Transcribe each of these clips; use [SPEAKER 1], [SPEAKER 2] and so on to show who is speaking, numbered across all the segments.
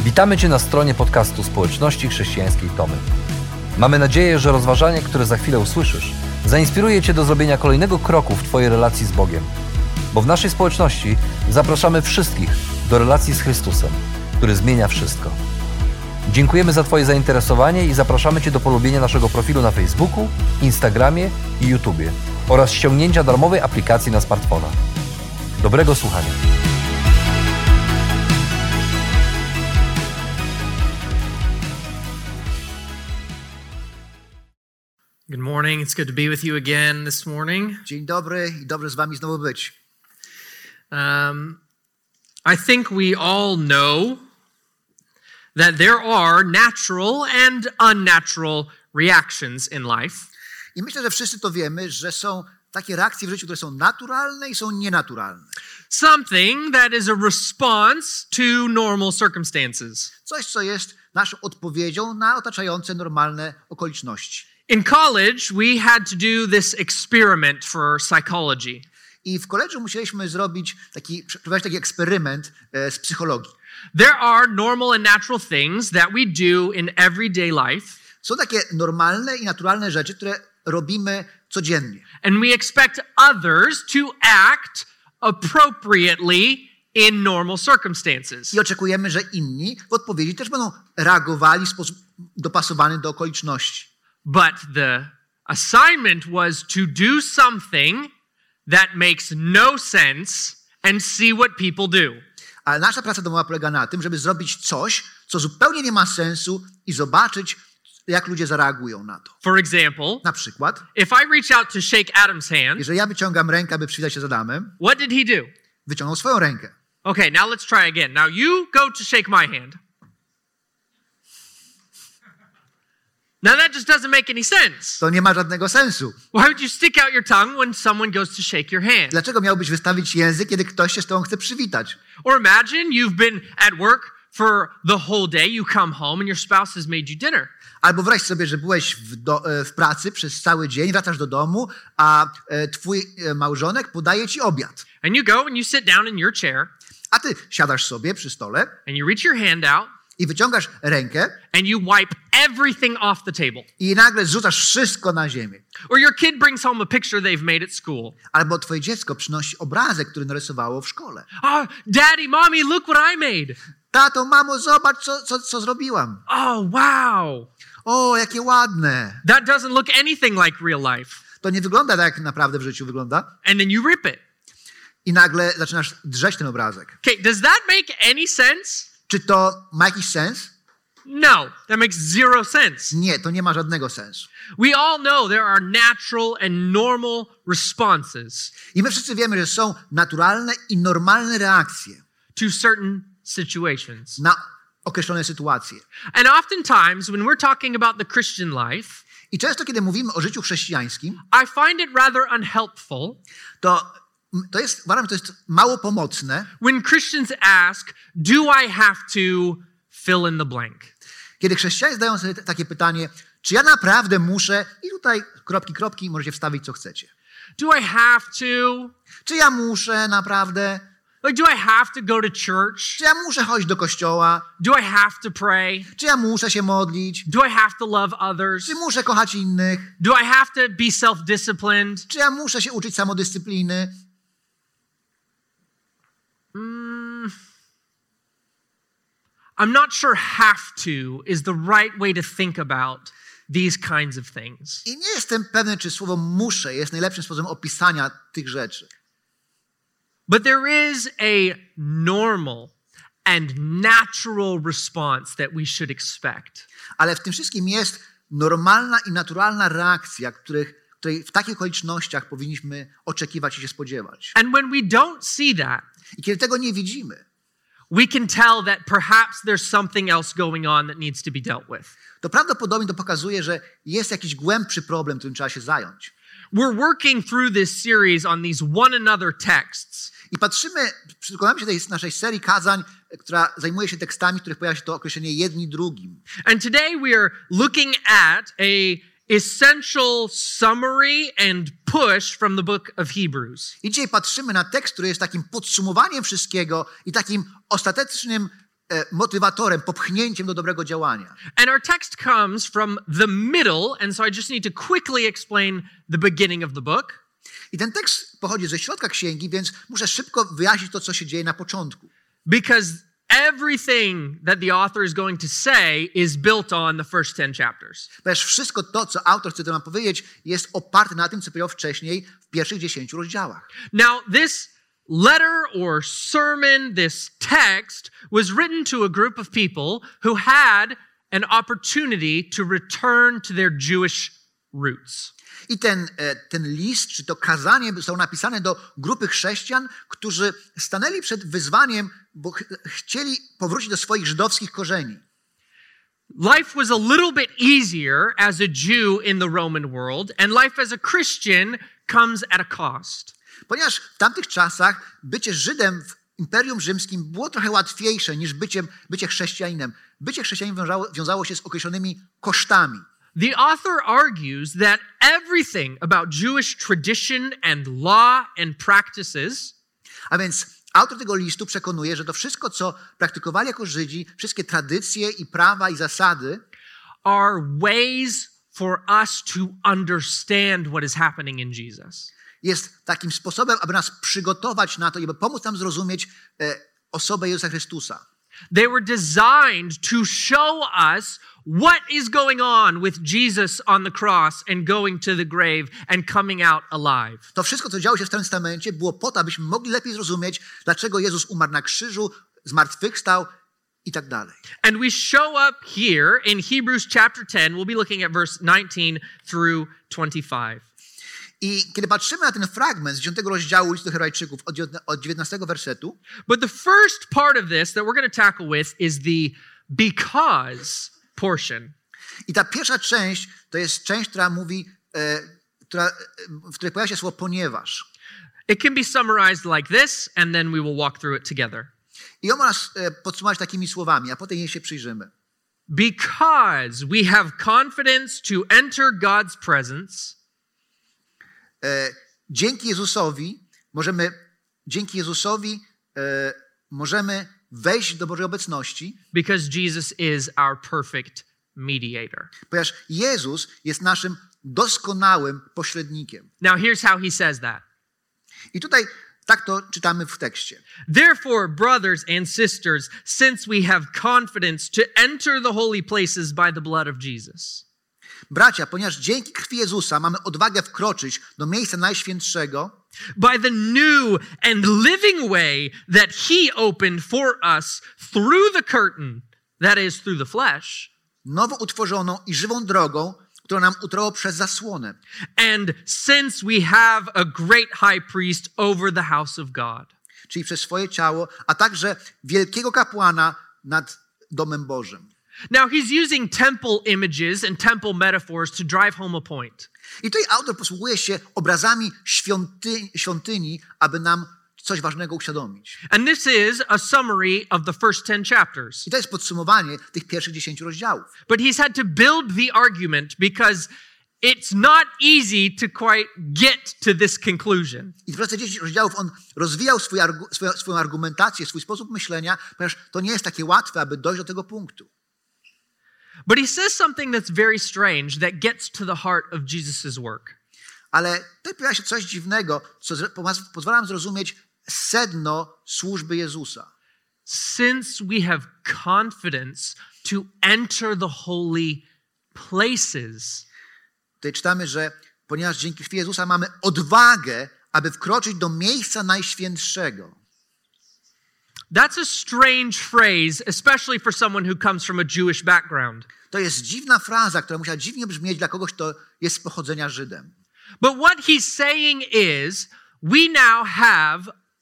[SPEAKER 1] Witamy Cię na stronie podcastu Społeczności Chrześcijańskiej Tomy. Mamy nadzieję, że rozważanie, które za chwilę usłyszysz, zainspiruje Cię do zrobienia kolejnego kroku w Twojej relacji z Bogiem. Bo w naszej społeczności zapraszamy wszystkich do relacji z Chrystusem, który zmienia wszystko. Dziękujemy za Twoje zainteresowanie i zapraszamy Cię do polubienia naszego profilu na Facebooku, Instagramie i YouTubie oraz ściągnięcia darmowej aplikacji na smartfona. Dobrego słuchania.
[SPEAKER 2] Good morning. It's good to be with you again this morning.
[SPEAKER 3] Dzień dobry i dobrze z wami znowu być.
[SPEAKER 2] I think we all know that there are natural and unnatural reactions in life.
[SPEAKER 3] I myślę, że wszyscy to wiemy, że są takie reakcje w życiu, które są naturalne i są nienaturalne.
[SPEAKER 2] Something that is a response to normal circumstances.
[SPEAKER 3] Coś, co jest naszą odpowiedzią na otaczające normalne okoliczności.
[SPEAKER 2] In college, we had to do this experiment for psychology.
[SPEAKER 3] I w koledżu musieliśmy przeprowadzić taki eksperyment z psychologii.
[SPEAKER 2] There are normal and natural things that we do in everyday life.
[SPEAKER 3] Są takie normalne i naturalne rzeczy, które robimy codziennie.
[SPEAKER 2] And we expect others to act appropriately in normal circumstances.
[SPEAKER 3] I oczekujemy, że inni w odpowiedzi też będą reagowali w sposób dopasowany do okoliczności.
[SPEAKER 2] But the assignment was to do something that makes no sense and see what people do.
[SPEAKER 3] Ale nasza praca domowa polega na tym, żeby zrobić coś, co zupełnie nie ma sensu i zobaczyć, jak ludzie zareagują na to.
[SPEAKER 2] For example,
[SPEAKER 3] Na przykład,
[SPEAKER 2] if I reach out to shake Adam's hand,
[SPEAKER 3] jeżeli ja wyciągam rękę, aby przywitać się z Adamem,
[SPEAKER 2] what did he do?
[SPEAKER 3] wyciągnął swoją rękę.
[SPEAKER 2] Okay, now let's try again. Now you go to shake my hand. Now that just doesn't make any sense.
[SPEAKER 3] To nie ma żadnego sensu.
[SPEAKER 2] Why would you stick out your tongue when someone goes to shake your hand?
[SPEAKER 3] Dlaczego miałbyś wystawić język, kiedy ktoś się z tobą chce przywitać?
[SPEAKER 2] Or imagine you've been at work for the whole day, you come home and your spouse has made you dinner.
[SPEAKER 3] Albo wyobraź sobie, że byłeś w pracy przez cały dzień, wracasz do domu, a twój małżonek podaje ci obiad.
[SPEAKER 2] And you go and you sit down in your chair
[SPEAKER 3] A ty siadasz sobie przy stole
[SPEAKER 2] and you reach your hand out
[SPEAKER 3] i wyciągasz rękę
[SPEAKER 2] and you wipe everything off the table.
[SPEAKER 3] i nagle zrzucasz wszystko na ziemię.
[SPEAKER 2] Or your kid brings home a picture they've made at school.
[SPEAKER 3] Albo twoje dziecko przynosi obrazek, który narysowało w szkole.
[SPEAKER 2] Oh, Daddy, Mommy, look what I made.
[SPEAKER 3] Tato, mamo, zobacz, co zrobiłam.
[SPEAKER 2] Oh, wow.
[SPEAKER 3] O, jakie ładne.
[SPEAKER 2] That doesn't look anything like real life.
[SPEAKER 3] To nie wygląda tak, jak naprawdę w życiu wygląda.
[SPEAKER 2] And then you rip it.
[SPEAKER 3] I nagle zaczynasz drzeć ten obrazek.
[SPEAKER 2] Okay, does that make any sense?
[SPEAKER 3] Czy to ma jakiś sens?
[SPEAKER 2] No, that makes zero sense.
[SPEAKER 3] Nie, to nie ma żadnego sensu.
[SPEAKER 2] We all know there are natural and normal responses
[SPEAKER 3] I my wszyscy wiemy, że są naturalne i normalne reakcje
[SPEAKER 2] to certain situations.
[SPEAKER 3] na określone sytuacje.
[SPEAKER 2] And oftentimes, when we're talking about the Christian life,
[SPEAKER 3] I często, kiedy mówimy o życiu chrześcijańskim,
[SPEAKER 2] I find it rather unhelpful
[SPEAKER 3] uważam, że to jest mało pomocne,
[SPEAKER 2] when Christians ask, do I have to fill in the blank?
[SPEAKER 3] kiedy chrześcijanie zadają sobie takie pytanie, czy ja naprawdę muszę, i tutaj kropki, możecie wstawić, co chcecie.
[SPEAKER 2] Do I have to?
[SPEAKER 3] Czy ja muszę naprawdę?
[SPEAKER 2] Like, do I have to go to church?
[SPEAKER 3] Czy ja muszę chodzić do kościoła?
[SPEAKER 2] Do I have to pray?
[SPEAKER 3] Czy ja muszę się modlić?
[SPEAKER 2] Do I have to love others?
[SPEAKER 3] Czy muszę kochać innych?
[SPEAKER 2] Do I have to be self-disciplined?
[SPEAKER 3] Czy ja muszę się uczyć samodyscypliny?
[SPEAKER 2] I'm not sure have to is the right way to think about these kinds of things.
[SPEAKER 3] I nie jestem pewny, czy słowo muszę jest najlepszym sposobem opisania tych rzeczy.
[SPEAKER 2] But there is a normal and natural response that we should expect.
[SPEAKER 3] Ale w tym wszystkim jest normalna i naturalna reakcja, której w takich okolicznościach powinniśmy oczekiwać i się spodziewać.
[SPEAKER 2] And when we don't see that,
[SPEAKER 3] I kiedy tego nie widzimy,
[SPEAKER 2] we can tell that perhaps there's something else going on that needs to be dealt with.
[SPEAKER 3] to prawdopodobnie to pokazuje, że jest jakiś głębszy problem, którym trzeba się zająć.
[SPEAKER 2] We're working through this series on these one another texts.
[SPEAKER 3] I przykładamy się tej naszej serii kazań, która zajmuje się tekstami, w których pojawia się to określenie jedni drugim.
[SPEAKER 2] And today we are looking at a essential summary and push from the book of Hebrews.
[SPEAKER 3] I dzisiaj patrzymy na tekst, który jest takim podsumowaniem wszystkiego i takim ostatecznym motywatorem, popchnięciem do dobrego działania.
[SPEAKER 2] And our text comes from the middle, and so I just need to quickly explain the beginning of the book.
[SPEAKER 3] I ten tekst pochodzi ze środka księgi, więc muszę szybko wyjaśnić to, co się dzieje na początku.
[SPEAKER 2] Because everything that the author is going to say is built on the first 10 chapters.
[SPEAKER 3] Ponieważ wszystko to, co autor chce nam powiedzieć, jest oparte na tym, co powiedział wcześniej w pierwszych 10 rozdziałach.
[SPEAKER 2] Now, this letter or sermon, this text, was written to a group of people who had an opportunity to return to their Jewish roots.
[SPEAKER 3] I ten list, czy to kazanie zostało napisane do grupy chrześcijan, którzy stanęli przed wyzwaniem, bo chcieli powrócić do swoich żydowskich korzeni.
[SPEAKER 2] Life was a little bit easier as a Jew in the Roman world, and life as a Christian comes at a cost.
[SPEAKER 3] Ponieważ w tamtych czasach bycie Żydem w Imperium Rzymskim było trochę łatwiejsze niż bycie chrześcijaninem. Bycie chrześcijaninem wiązało się z określonymi kosztami.
[SPEAKER 2] The author argues that everything about Jewish tradition and law and practices
[SPEAKER 3] A więc autor tego listu przekonuje, że to wszystko, co praktykowali jako Żydzi, wszystkie tradycje i prawa i zasady
[SPEAKER 2] are ways for us to understand what is happening in Jesus.
[SPEAKER 3] jest takim sposobem, aby nas przygotować na to i aby pomóc nam zrozumieć osobę Jezusa Chrystusa.
[SPEAKER 2] They were designed to show us what is going on with Jesus on the cross and going to the grave and coming out alive.
[SPEAKER 3] To wszystko, co działo się w Starym Testamencie, było po to, abyśmy mogli lepiej zrozumieć, dlaczego Jezus umarł na krzyżu, zmartwychwstał i tak dalej.
[SPEAKER 2] And we show up here in Hebrews chapter 10. We'll be looking at verse 19 through 25.
[SPEAKER 3] I kiedy patrzymy na ten fragment z 10 rozdziału listu do Hebrajczyków od 19 wersetu,
[SPEAKER 2] But the first part of this that we're going to tackle with is the because portion.
[SPEAKER 3] i ta pierwsza część to jest część, która mówi, w której pojawia się słowo ponieważ.
[SPEAKER 2] It can be summarized like this, and then we will walk through it together.
[SPEAKER 3] I on można podsumować takimi słowami, a potem jej się przyjrzymy.
[SPEAKER 2] Because we have confidence to enter God's presence
[SPEAKER 3] Dzięki Jezusowi możemy wejść do Bożej obecności,
[SPEAKER 2] because Jesus is our perfect mediator.
[SPEAKER 3] ponieważ Jezus jest naszym doskonałym pośrednikiem.
[SPEAKER 2] Now here's how he says that.
[SPEAKER 3] I tutaj tak to czytamy w tekście.
[SPEAKER 2] Therefore, brothers and sisters, since we have confidence to enter the holy places by the blood of Jesus.
[SPEAKER 3] Bracia, ponieważ dzięki krwi Jezusa mamy odwagę wkroczyć do miejsca najświętszego,
[SPEAKER 2] by the new and living way that he opened for us through the curtain, that is, through the flesh,
[SPEAKER 3] nowo utworzoną i żywą drogą, którą nam utarło przez zasłonę.
[SPEAKER 2] and since we have a great high priest over the house of God.
[SPEAKER 3] Czyli przez swoje ciało, a także wielkiego kapłana nad domem Bożym.
[SPEAKER 2] Now, he's using temple images and temple metaphors to drive home a point.
[SPEAKER 3] I tutaj autor posługuje się obrazami świątyni, aby nam coś ważnego uświadomić.
[SPEAKER 2] And this is a summary of the first 10 chapters.
[SPEAKER 3] I to jest podsumowanie tych pierwszych 10 rozdziałów.
[SPEAKER 2] But he's had to build the argument because it's not easy to quite get to this conclusion.
[SPEAKER 3] I w proces 10 rozdziałów on rozwijał swoją argumentację, swój sposób myślenia, ponieważ to nie jest takie łatwe, aby dojść do tego punktu.
[SPEAKER 2] But he says something that's very strange that gets to the heart of Jesus' work.
[SPEAKER 3] Ale tutaj pojawia się coś dziwnego, co pozwala nam zrozumieć sedno służby Jezusa.
[SPEAKER 2] Since we have confidence to enter the holy places.
[SPEAKER 3] Tutaj czytamy, że ponieważ dzięki krwi Jezusa mamy odwagę, aby wkroczyć do miejsca najświętszego.
[SPEAKER 2] That's a strange phrase, especially for someone who comes from a Jewish background.
[SPEAKER 3] To jest dziwna fraza, która musiała dziwnie brzmieć dla kogoś, kto jest z pochodzenia Żydem.
[SPEAKER 2] But what he's saying is, we now have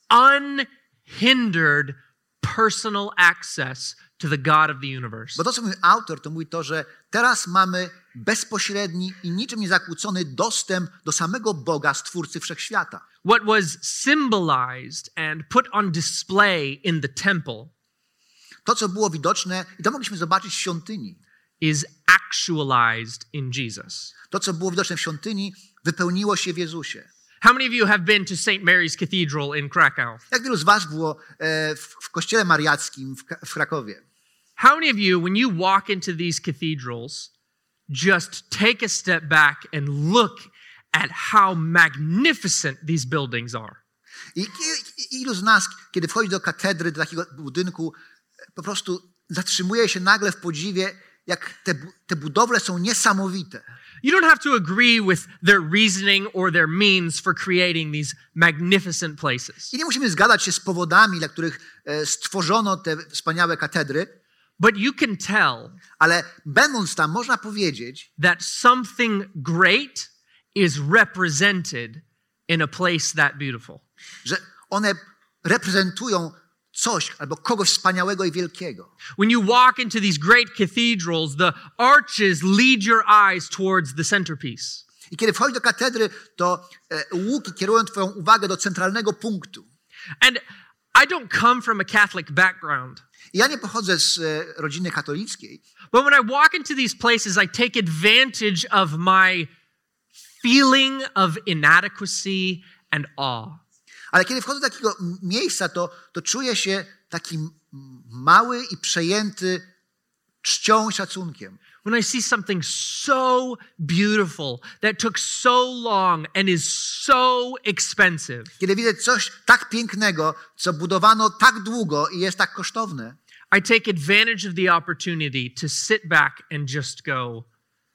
[SPEAKER 2] unhindered personal access to the God of the universe.
[SPEAKER 3] Bo to, co mówi autor, to mówi to, że teraz mamy bezpośredni i niczym niezakłócony dostęp do samego Boga, Stwórcy Wszechświata.
[SPEAKER 2] What was symbolized and put on display in the temple
[SPEAKER 3] To, co było widoczne, i to mogliśmy zobaczyć w świątyni.
[SPEAKER 2] is actualized in Jesus.
[SPEAKER 3] To, co było widoczne w świątyni, wypełniło się w Jezusie.
[SPEAKER 2] How many of you have been to St. Mary's Cathedral in Krakow?
[SPEAKER 3] Jak wielu z was było w kościele mariackim w Krakowie?
[SPEAKER 2] How many of you, when you walk into these cathedrals, just take a step back and look at how magnificent these buildings are?
[SPEAKER 3] I ilu z nas, kiedy wchodzi do katedry, do takiego budynku, po prostu zatrzymuje się nagle w podziwie, jak te budowle są niesamowite.
[SPEAKER 2] You don't have to agree with their reasoning or their means for creating these magnificent places.
[SPEAKER 3] I nie musimy zgadzać się z powodami, dla których stworzono te wspaniałe katedry,
[SPEAKER 2] But you can tell
[SPEAKER 3] ale będąc tam, można powiedzieć,
[SPEAKER 2] that something great is represented in a place that beautiful.
[SPEAKER 3] że one reprezentują coś albo kogoś wspaniałego i wielkiego.
[SPEAKER 2] When you walk into these great cathedrals, the arches lead your eyes towards the centerpiece.
[SPEAKER 3] I kiedy wchodzisz do katedry, to łuki kierują twoją uwagę do centralnego punktu.
[SPEAKER 2] And I don't come from a Catholic background.
[SPEAKER 3] I ja nie pochodzę z rodziny katolickiej,
[SPEAKER 2] But when I walk into these places, I take advantage of my feeling of inadequacy and awe.
[SPEAKER 3] ale kiedy wchodzę do takiego miejsca, to czuję się taki mały i przejęty czcią i szacunkiem.
[SPEAKER 2] When I see something so beautiful that took so long and is so expensive,
[SPEAKER 3] Kiedy widzę coś tak pięknego, co budowano tak długo i jest tak kosztowne,
[SPEAKER 2] I take advantage of the opportunity to sit back and just go,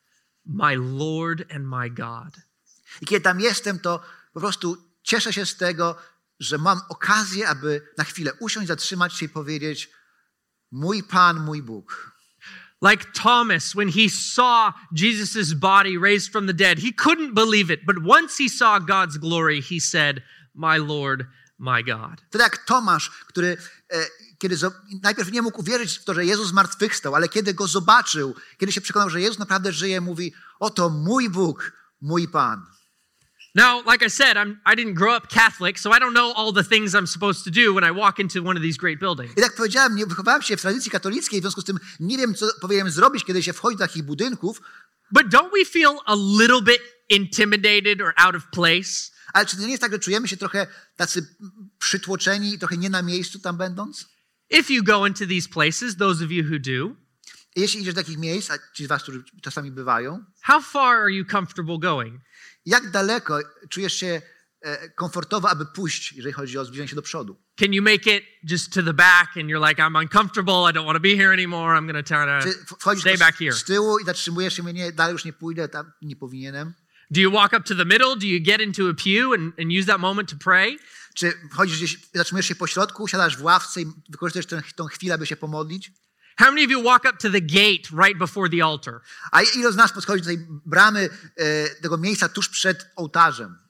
[SPEAKER 2] my Lord and my God.
[SPEAKER 3] i kiedy tam jestem, to po prostu cieszę się z tego, że mam okazję, aby na chwilę usiąść, zatrzymać się i powiedzieć: mój Pan, mój Bóg.
[SPEAKER 2] Like Thomas, when he saw Jesus' body raised from the dead, he couldn't believe it. But once he saw God's glory, he said, my Lord, my God.
[SPEAKER 3] To jak Tomasz, który kiedy najpierw nie mógł uwierzyć w to, że Jezus zmartwychwstał, ale kiedy go zobaczył, kiedy się przekonał, że Jezus naprawdę żyje, mówi: oto mój Bóg, mój Pan.
[SPEAKER 2] Now, like I said, I didn't grow up Catholic, so I don't know all the things I'm supposed to do when I walk into one of these great buildings.
[SPEAKER 3] I tak powiedziałem, nie wychowałem się w tradycji katolickiej, w związku z tym nie wiem, co powinienem zrobić, kiedy się wchodzi do takich budynków,
[SPEAKER 2] But don't we feel a little bit intimidated or out of place?
[SPEAKER 3] ale czy to nie jest tak, że czujemy się trochę tacy przytłoczeni i trochę nie na miejscu tam będąc?
[SPEAKER 2] If you go into these places, those of you who do,
[SPEAKER 3] I jeśli idziesz do takich miejsc, a ci z was, którzy czasami bywają,
[SPEAKER 2] how far are you comfortable going?
[SPEAKER 3] jak daleko czujesz się komfortowo, aby pójść, jeżeli chodzi o zbliżenie się do przodu?
[SPEAKER 2] Can you make it just to the back and you're like, I'm uncomfortable, I don't want to be here anymore, I'm going to try
[SPEAKER 3] Czy
[SPEAKER 2] to
[SPEAKER 3] wchodzisz
[SPEAKER 2] stay back here?
[SPEAKER 3] z tyłu i zatrzymujesz się, mówię: nie, dalej już nie pójdę, tam nie powinienem?
[SPEAKER 2] Do you walk up to the middle? Do you get into a pew and use that moment to pray?
[SPEAKER 3] Czy wchodzisz gdzieś, zatrzymujesz się po środku, siadasz w ławce i wykorzystujesz tą chwilę, aby się pomodlić?
[SPEAKER 2] How many of you walk up to the gate right before the altar?
[SPEAKER 3] A ilu z nas podchodzi do tej bramy, tego miejsca tuż przed ołtarzem?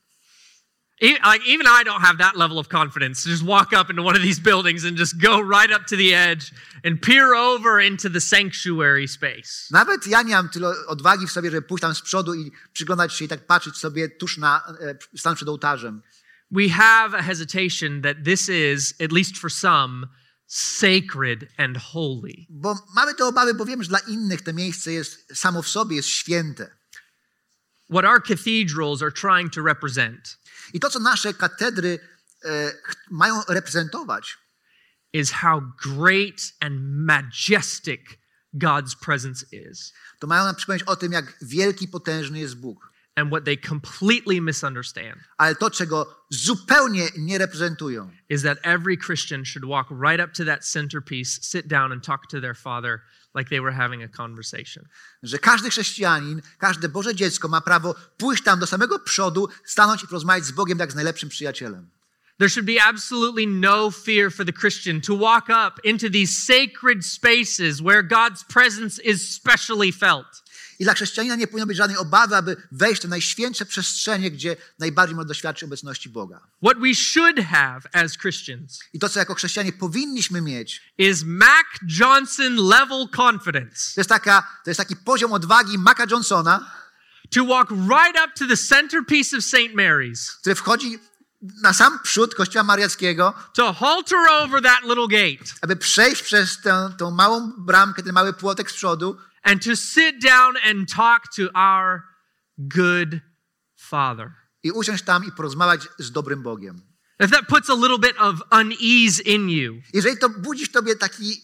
[SPEAKER 2] Even I don't have that level of confidence to just walk up into one of these buildings and just go right up to the edge and peer over into the sanctuary space.
[SPEAKER 3] Nawet ja nie mam tyle odwagi w sobie, żeby pójść tam z przodu i przyglądać się i tak patrzeć sobie tuż na stan przed ołtarzem.
[SPEAKER 2] We have a hesitation that this is, at least for some, sacred and holy.
[SPEAKER 3] Bo mamy te obawy, bo wiemy, że dla innych to miejsce jest samo w sobie jest święte.
[SPEAKER 2] What our cathedrals are trying to represent
[SPEAKER 3] I to, co nasze katedry mają reprezentować,
[SPEAKER 2] is how great and majestic God's presence is,
[SPEAKER 3] to mają nam przypomnieć o tym, jak wielki i potężny jest Bóg.
[SPEAKER 2] and what they completely misunderstand
[SPEAKER 3] Ale to, czego zupełnie nie reprezentują,
[SPEAKER 2] is that every Christian should walk right up to that centerpiece, sit down and talk to their Father like they were having a conversation.
[SPEAKER 3] że każdy chrześcijanin, każde Boże dziecko ma prawo pójść tam do samego przodu, stanąć i porozmawiać z Bogiem jak z najlepszym przyjacielem.
[SPEAKER 2] There should be absolutely no fear for the Christian to walk up into these sacred spaces where God's presence is specially felt.
[SPEAKER 3] I dla chrześcijanina nie powinno być żadnej obawy, aby wejść w te najświętsze przestrzenie, gdzie najbardziej można doświadczyć obecności Boga.
[SPEAKER 2] What we should have as Christians
[SPEAKER 3] I to, co jako chrześcijanie powinniśmy mieć,
[SPEAKER 2] is Mac Johnson level confidence
[SPEAKER 3] to jest taki poziom odwagi Maca Johnsona,
[SPEAKER 2] to walk right up to the centerpiece of St. Mary's,
[SPEAKER 3] który wchodzi na sam przód Kościoła Mariackiego,
[SPEAKER 2] to halter over that little gate,
[SPEAKER 3] aby przejść przez tą małą bramkę, ten mały płotek z przodu
[SPEAKER 2] and to sit down and talk to our good Father.
[SPEAKER 3] i usiąść tam i porozmawiać z dobrym Bogiem.
[SPEAKER 2] If that puts a little bit of unease in you,
[SPEAKER 3] Jeżeli to budzi w tobie taki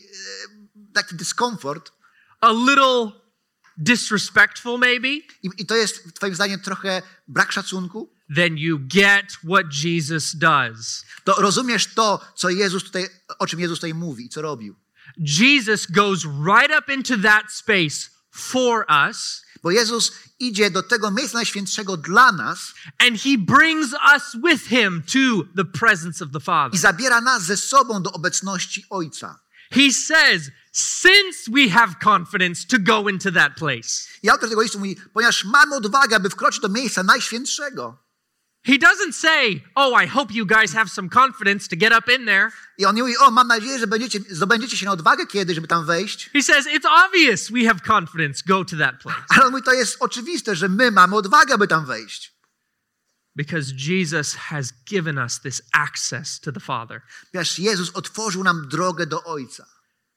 [SPEAKER 3] dyskomfort
[SPEAKER 2] a little disrespectful maybe,
[SPEAKER 3] i to jest twoim zdaniem trochę brak szacunku,
[SPEAKER 2] then you get what Jesus does.
[SPEAKER 3] to rozumiesz to, o czym Jezus tutaj mówi i co robił.
[SPEAKER 2] Jesus goes right up into that space for us,
[SPEAKER 3] Bo Jezus idzie do tego miejsca najświętszego dla nas
[SPEAKER 2] and he brings us with him to the presence of the
[SPEAKER 3] i
[SPEAKER 2] Father.
[SPEAKER 3] zabiera nas ze sobą do obecności Ojca.
[SPEAKER 2] He says, since we have confidence to go into that place.
[SPEAKER 3] I autor tego listu mówi, ponieważ mamy odwagę, aby wkroczyć do miejsca najświętszego.
[SPEAKER 2] He doesn't say, oh, I hope you guys have some confidence to get up in there.
[SPEAKER 3] I on nie mówi, mam nadzieję, że zdobędziecie się na odwagę kiedyś, żeby tam wejść.
[SPEAKER 2] He says, it's obvious we have confidence, go to that place.
[SPEAKER 3] Ale on mówi, to jest oczywiste, że my mamy odwagę, aby tam wejść.
[SPEAKER 2] Because Jesus has given us this access to the Father.
[SPEAKER 3] Ponieważ Jezus otworzył nam drogę do Ojca.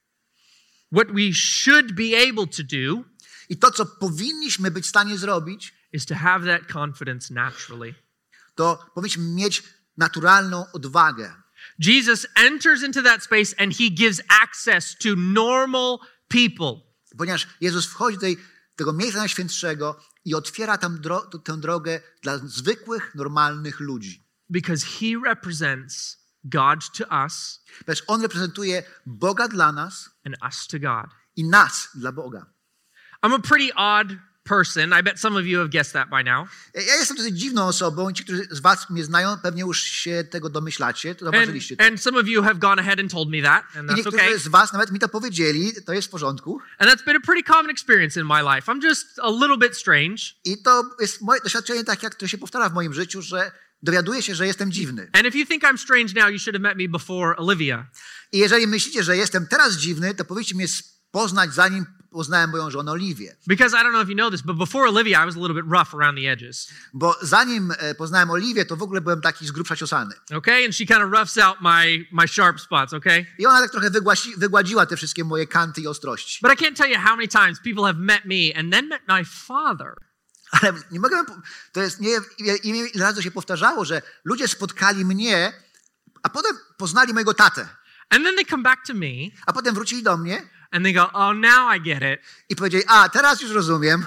[SPEAKER 2] What we should be able to do
[SPEAKER 3] I to, co powinniśmy być w stanie zrobić,
[SPEAKER 2] is to have that confidence naturally.
[SPEAKER 3] to powinniśmy mieć naturalną odwagę.
[SPEAKER 2] Jesus enters into that space and he gives access to normal people.
[SPEAKER 3] Ponieważ Jezus wchodzi do tego miejsca najświętszego i otwiera tam tę drogę dla zwykłych, normalnych ludzi.
[SPEAKER 2] Because he represents God to us
[SPEAKER 3] Ponieważ On reprezentuje Boga dla nas
[SPEAKER 2] and us to God.
[SPEAKER 3] i nas dla Boga.
[SPEAKER 2] I'm a pretty odd person. I bet some of you have guessed that by now.
[SPEAKER 3] Ja jestem dosyć dziwną osobą. Ci, którzy z was mnie znają, pewnie już się tego domyślacie, to zauważyliście to.
[SPEAKER 2] And some of you have gone ahead and told me that, and
[SPEAKER 3] I
[SPEAKER 2] that's
[SPEAKER 3] niektórzy
[SPEAKER 2] okay.
[SPEAKER 3] z was nawet mi to powiedzieli, to jest w porządku.
[SPEAKER 2] And that's been a pretty common experience in my life. I'm just a little bit strange.
[SPEAKER 3] I to jest moje doświadczenie, tak jak to się powtarza w moim życiu, że dowiaduję się, że jestem dziwny.
[SPEAKER 2] And if you think I'm strange now, you should have met me before Olivia.
[SPEAKER 3] I jeżeli myślicie, że jestem teraz dziwny, to powinniście mnie poznać, zanim poznałem moją żonę Oliwię.
[SPEAKER 2] Because I don't know if you know this, but before Olivia, I was a little bit rough around the edges.
[SPEAKER 3] Bo zanim poznałem Oliwię, to w ogóle byłem taki z grubsza ciosany.
[SPEAKER 2] Okay? And she kind of roughs out my sharp spots, okay?
[SPEAKER 3] I ona tak trochę wygładziła te wszystkie moje kanty i ostrości.
[SPEAKER 2] But I can't tell you how many times people have met me and then met my father.
[SPEAKER 3] Ale nie mogę, to jest, nie ile razy to się powtarzało, że ludzie spotkali mnie, a potem poznali mojego tatę.
[SPEAKER 2] And then they come back to me
[SPEAKER 3] A potem wrócili do mnie
[SPEAKER 2] and they go, oh, now I get it.
[SPEAKER 3] i powiedzieli, teraz już rozumiem.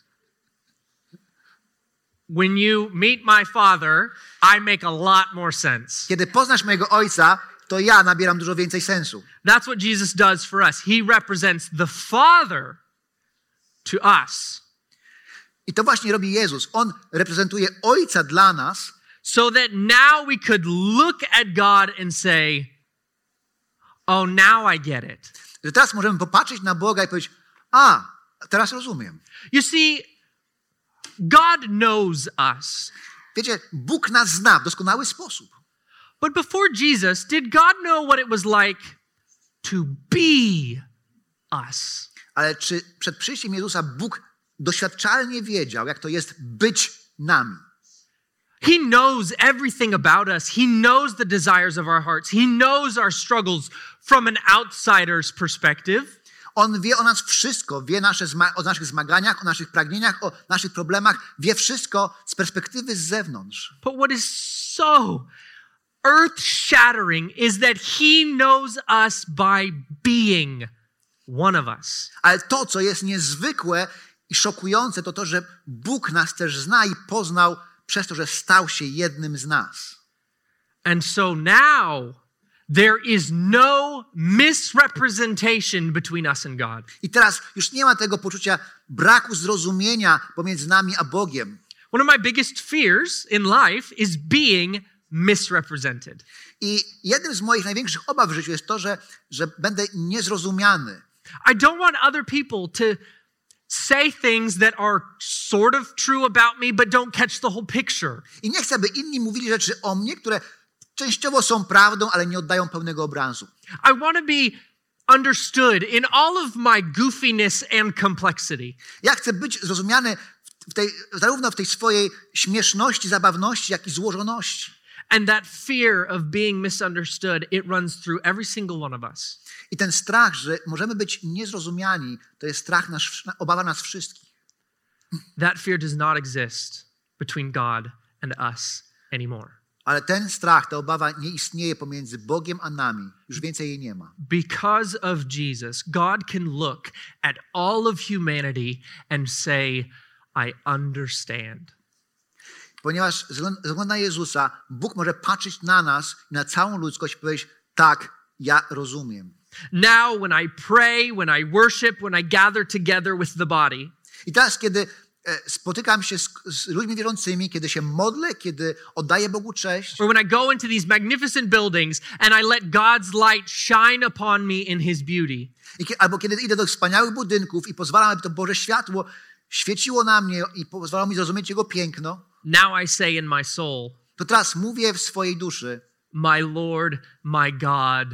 [SPEAKER 2] When you meet my father, I make a lot more sense.
[SPEAKER 3] Kiedy poznasz mojego ojca, to ja nabieram dużo więcej sensu.
[SPEAKER 2] That's what Jesus does for us. He represents the Father to us
[SPEAKER 3] I to właśnie robi Jezus. On reprezentuje Ojca dla nas,
[SPEAKER 2] so that now we could look at God and say, oh, now I get it.
[SPEAKER 3] że teraz możemy popatrzeć na Boga i powiedzieć, teraz rozumiem.
[SPEAKER 2] You see, God knows us.
[SPEAKER 3] Wiecie, Bóg nas zna w doskonały sposób.
[SPEAKER 2] But before Jesus, did God know what it was like to be us?
[SPEAKER 3] Ale czy przed przyjściem Jezusa Bóg doświadczalnie wiedział, jak to jest być nami?
[SPEAKER 2] He knows everything about us. He knows the desires of our hearts. He knows our struggles from an outsider's perspective.
[SPEAKER 3] On wie o nas wszystko, wie o naszych zmaganiach, o naszych pragnieniach, o naszych problemach, wie wszystko z perspektywy z zewnątrz.
[SPEAKER 2] But what is so earth-shattering is that he knows us by being one of us.
[SPEAKER 3] Ale to, co jest niezwykłe i szokujące, to to, że Bóg nas też zna i poznał przez to, że stał się jednym z nas.
[SPEAKER 2] And so now there is no misrepresentation between us and God.
[SPEAKER 3] I teraz już nie ma tego poczucia braku zrozumienia pomiędzy nami a Bogiem.
[SPEAKER 2] One of my biggest fears in life is being misrepresented.
[SPEAKER 3] I jednym z moich największych obaw w życiu jest to, że będę niezrozumiany.
[SPEAKER 2] I don't want other people to say things that are sort of true about me, but don't catch the whole picture.
[SPEAKER 3] I nie chcę, by inni mówili rzeczy o mnie, które częściowo są prawdą, ale nie oddają pełnego obrazu.
[SPEAKER 2] I want to be understood in all of my goofiness and complexity.
[SPEAKER 3] Ja chcę być zrozumiany zarówno w tej swojej śmieszności, zabawności, jak i złożoności.
[SPEAKER 2] And that fear of being misunderstood, it runs through every single one of us.
[SPEAKER 3] I ten strach, że możemy być niezrozumiani, to jest obawa nas wszystkich.
[SPEAKER 2] That fear does not exist between God and us anymore.
[SPEAKER 3] Ale ten strach, ta obawa nie istnieje pomiędzy Bogiem a nami. Już więcej jej nie ma.
[SPEAKER 2] Because of Jesus, God can look at all of humanity and say, I understand.
[SPEAKER 3] Ponieważ ze względu na Jezusa, Bóg może patrzeć na nas, na całą ludzkość i powiedzieć, tak, ja rozumiem.
[SPEAKER 2] Now, when I pray, when I worship, when I gather together with the body,
[SPEAKER 3] I teraz, kiedy spotykam się z ludźmi wierzącymi, kiedy się modlę, kiedy oddaję Bogu cześć,
[SPEAKER 2] or when I go into these magnificent buildings and I let God's light shine upon me in His beauty,
[SPEAKER 3] albo kiedy idę do wspaniałych budynków i pozwalam, aby to Boże światło świeciło na mnie i pozwalam mi zrozumieć Jego piękno,
[SPEAKER 2] now I say in my soul,
[SPEAKER 3] to teraz mówię w swojej duszy,
[SPEAKER 2] my Lord, my God,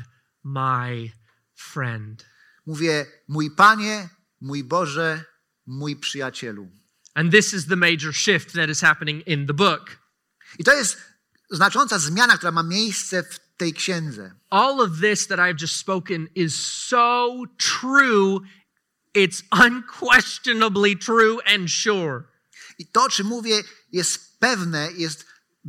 [SPEAKER 2] my friend.
[SPEAKER 3] Mówię, mój Panie, mój Boże, mój przyjacielu.
[SPEAKER 2] And this is the major shift that is happening in the book.
[SPEAKER 3] I to jest znacząca zmiana, która ma miejsce w tej księdze.
[SPEAKER 2] All of this that I've just spoken is so true, it's unquestionably true and sure.
[SPEAKER 3] I to, o czym mówię, jest pewne, jest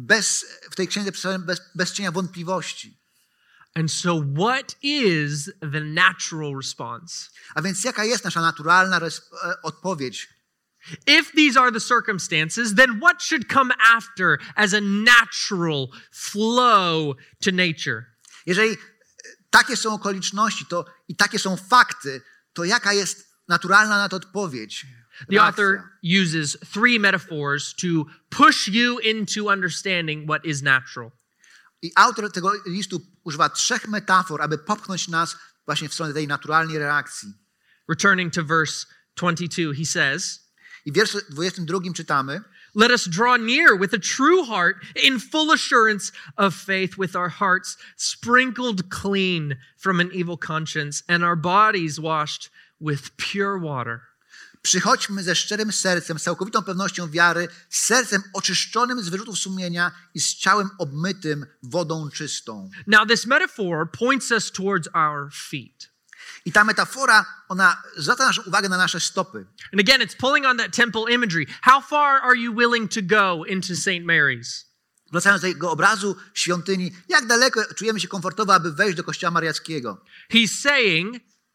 [SPEAKER 3] w tej księdze przedstawione bez cienia wątpliwości.
[SPEAKER 2] And so what is the natural response?
[SPEAKER 3] A więc jaka jest nasza naturalna odpowiedź?
[SPEAKER 2] If these are the circumstances, then what should come after as a natural flow to nature?
[SPEAKER 3] Jeżeli takie są okoliczności i takie są fakty, to jaka jest naturalna na to odpowiedź?
[SPEAKER 2] The author uses 3 metaphors to push you into understanding what is natural.
[SPEAKER 3] I autor tego listu używa 3 metafor, aby popchnąć nas właśnie w stronę tej naturalnej reakcji.
[SPEAKER 2] Returning to verse 22, he says,
[SPEAKER 3] I w wierszu 22 czytamy:
[SPEAKER 2] let us draw near with a true heart in full assurance of faith, with our hearts sprinkled clean from an evil conscience and our bodies washed with pure water.
[SPEAKER 3] Przychodźmy ze szczerym sercem, z całkowitą pewnością wiary, z sercem oczyszczonym z wyrzutów sumienia i z ciałem obmytym wodą czystą.
[SPEAKER 2] Now this metaphor points us towards our feet.
[SPEAKER 3] I ta metafora, ona zwraca naszą uwagę na nasze stopy.
[SPEAKER 2] And again, it's pulling on that temple imagery. How far are you willing to go into St. Mary's?
[SPEAKER 3] Wracając do tego obrazu świątyni, jak daleko czujemy się komfortowo, aby wejść do kościoła mariackiego?
[SPEAKER 2] He's saying,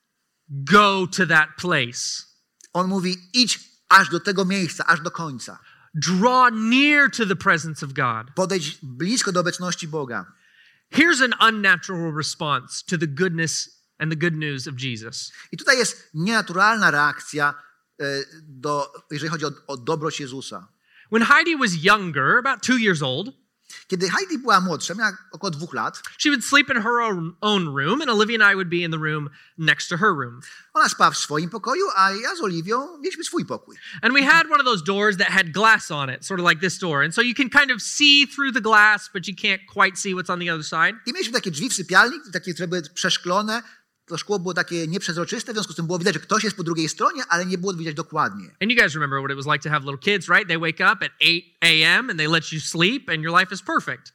[SPEAKER 2] go to that place.
[SPEAKER 3] On mówi, idź aż do tego miejsca, aż do końca.
[SPEAKER 2] Draw near to the presence of God.
[SPEAKER 3] Podejdź blisko do obecności Boga.
[SPEAKER 2] Here's an unnatural response to the goodness and the good news of Jesus.
[SPEAKER 3] I tutaj jest nienaturalna reakcja, jeżeli chodzi o dobroć Jezusa.
[SPEAKER 2] When Heidi was younger, about 2 years old,
[SPEAKER 3] Kiedy Heidi była młodsza, miała około 2 lat,
[SPEAKER 2] she would sleep in her own room, and Olivia and I would be in the room next to her room.
[SPEAKER 3] ona spała w swoim pokoju, a ja z Oliwią mieliśmy swój pokój.
[SPEAKER 2] And we had one of those doors that had glass on it, sort of like this door. And so you can kind of see through the glass, but you can't quite see what's on the other side.
[SPEAKER 3] I mieliśmy takie drzwi w sypialni, takie, które były przeszklone. To szkło było takie nieprzezroczyste, w związku z tym było widać, że ktoś jest po drugiej stronie, ale nie było widać dokładnie.
[SPEAKER 2] And you guys remember what it was like to have little kids, right? They wake up at 8 a.m. and they let you sleep and your life is perfect.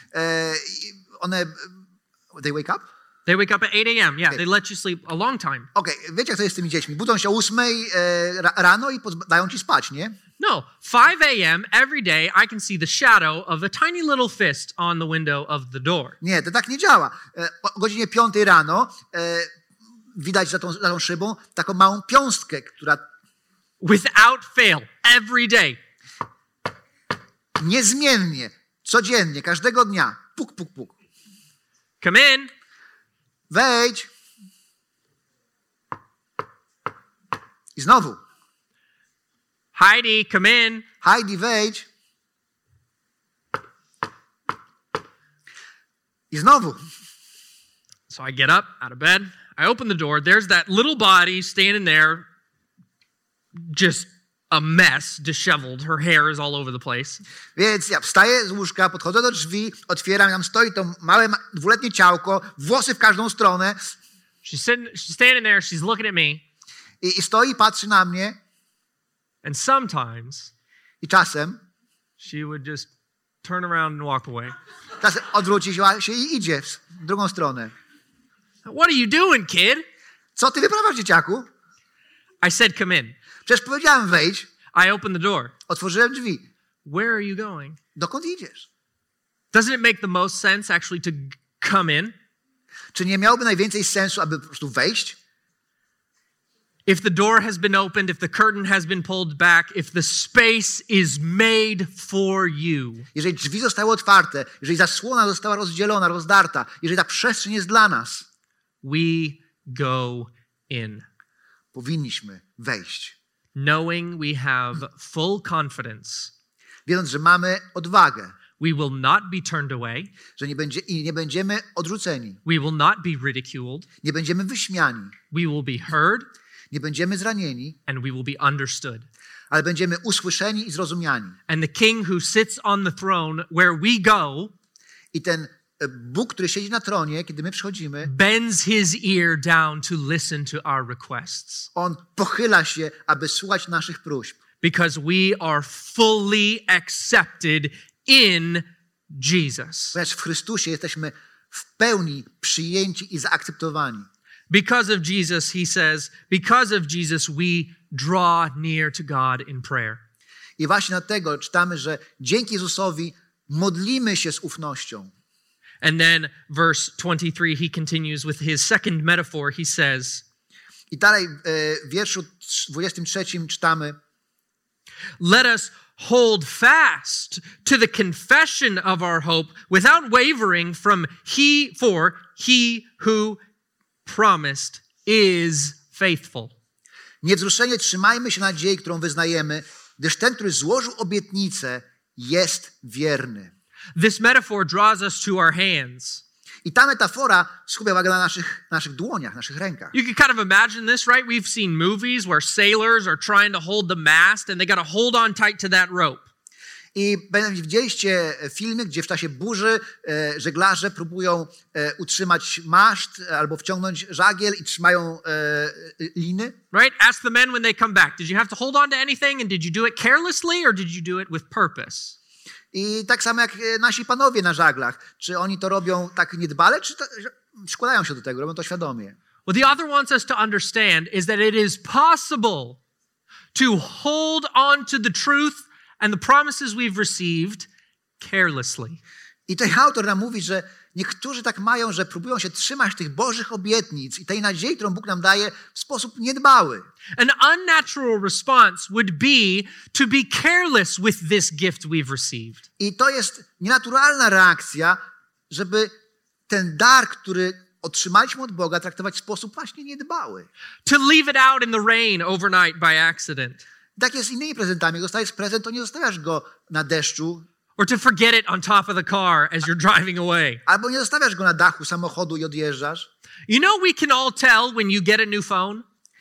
[SPEAKER 3] They wake up?
[SPEAKER 2] They wake up at 8 a.m. Yeah,
[SPEAKER 3] Okay.
[SPEAKER 2] they let you sleep a long time.
[SPEAKER 3] Okej, wiecie jak to jest z tymi dziećmi? Budzą się o 8 rano i dają ci spać, nie?
[SPEAKER 2] No, 5 a.m. every day I can see the shadow of a tiny little fist on the window of the door.
[SPEAKER 3] Nie, to tak nie działa. O godzinie 5 rano widać za tą szybą taką małą piąstkę, która
[SPEAKER 2] Without fail, every day.
[SPEAKER 3] niezmiennie, codziennie, każdego dnia, puk, puk, puk.
[SPEAKER 2] Come in.
[SPEAKER 3] Wejdź. I znowu.
[SPEAKER 2] Heidi, come in.
[SPEAKER 3] Heidi, wejdź. I znowu.
[SPEAKER 2] So I get up out of bed. I open the door. There's that little body standing there, just a mess, disheveled. Her hair is all over the place.
[SPEAKER 3] Więc ja wstaję z łóżka, podchodzę do drzwi, otwieram, tam stoi to małe, 2-letnie ciałko, włosy w każdą stronę.
[SPEAKER 2] She's standing there. She's looking at me.
[SPEAKER 3] I stoi i patrzy na mnie.
[SPEAKER 2] And sometimes
[SPEAKER 3] I czasem
[SPEAKER 2] she would just turn around and walk away.
[SPEAKER 3] Odwróci się i idzie w drugą stronę.
[SPEAKER 2] What are you doing, kid?
[SPEAKER 3] Co ty wyprawiasz, dzieciaku?
[SPEAKER 2] I said, come in.
[SPEAKER 3] Przecież powiedziałem wejdź.
[SPEAKER 2] I opened the door.
[SPEAKER 3] Otworzyłem drzwi.
[SPEAKER 2] where are you going?
[SPEAKER 3] Dokąd idziesz?
[SPEAKER 2] Doesn't it make the most sense actually to come in?
[SPEAKER 3] Czy nie miałoby najwięcej sensu, aby po prostu wejść?
[SPEAKER 2] If the door has been opened, if the curtain has been pulled back, if the space is made for you.
[SPEAKER 3] Jeżeli drzwi zostały otwarte, jeżeli zasłona została rozdzielona, rozdarta, jeżeli ta przestrzeń jest dla nas,
[SPEAKER 2] We go in,
[SPEAKER 3] powinniśmy wejść.
[SPEAKER 2] knowing we have full confidence.
[SPEAKER 3] Wiedząc, że mamy odwagę,
[SPEAKER 2] We will not be turned away.
[SPEAKER 3] że nie będziemy odrzuceni,
[SPEAKER 2] We will not be ridiculed.
[SPEAKER 3] nie będziemy wyśmiani,
[SPEAKER 2] We will be heard
[SPEAKER 3] nie będziemy zranieni,
[SPEAKER 2] and we will be understood.
[SPEAKER 3] ale będziemy usłyszeni i zrozumiani.
[SPEAKER 2] And the king who sits on the throne where we go
[SPEAKER 3] I ten Bóg, który siedzi na tronie, kiedy my przychodzimy,
[SPEAKER 2] bends his ear down to listen to our requests
[SPEAKER 3] on pochyla się, aby słuchać naszych próśb.
[SPEAKER 2] because we are fully accepted in Jesus.
[SPEAKER 3] Ponieważ w Chrystusie jesteśmy w pełni przyjęci i zaakceptowani.
[SPEAKER 2] Because of Jesus, he says, because of Jesus, we draw near to God in prayer.
[SPEAKER 3] I właśnie dlatego czytamy, że dzięki Jezusowi modlimy się z ufnością.
[SPEAKER 2] And then verse 23, he continues with his second metaphor. He says,
[SPEAKER 3] I dalej w wierszu 23 czytamy:
[SPEAKER 2] let us hold fast to the confession of our hope without wavering for he who promised is faithful.
[SPEAKER 3] Niewzruszenie trzymajmy się nadziei, którą wyznajemy, gdyż ten, który złożył obietnicę, jest wierny.
[SPEAKER 2] This metaphor draws us to our hands.
[SPEAKER 3] I ta metafora skupia uwagę na naszych dłoniach, naszych rękach.
[SPEAKER 2] You can kind of imagine this, right? We've seen movies where sailors are trying to hold the mast and they got to hold on tight to that rope.
[SPEAKER 3] I widzieliście filmy, gdzie w czasie burzy żeglarze próbują utrzymać maszt albo wciągnąć żagiel i trzymają liny.
[SPEAKER 2] Right? Ask the men when they come back. Did you have to hold on to anything and did you do it carelessly or did you do it with purpose?
[SPEAKER 3] I tak samo jak nasi panowie na żaglach. Czy oni to robią tak niedbale, czy przykładają się do tego, robią to świadomie?
[SPEAKER 2] What the author wants us to understand is that it is possible to hold on to the truth and the promises we've received carelessly.
[SPEAKER 3] I tutaj autor nam mówi, że niektórzy tak mają, że próbują się trzymać tych Bożych obietnic i tej nadziei, którą Bóg nam daje, w sposób niedbały.
[SPEAKER 2] An unnatural response would be to be careless with this gift we've received.
[SPEAKER 3] I to jest nienaturalna reakcja, żeby ten dar, który otrzymaliśmy od Boga, traktować w sposób właśnie niedbały.
[SPEAKER 2] To leave it out in the rain overnight by accident.
[SPEAKER 3] Tak jest z innymi prezentami. Jak dostajesz prezent, to nie zostawiasz go na deszczu,
[SPEAKER 2] Or to forget it on top of the car as you're driving away.
[SPEAKER 3] albo nie zostawiasz go na dachu samochodu i odjeżdżasz.
[SPEAKER 2] You know, we can all tell when you get a new phone.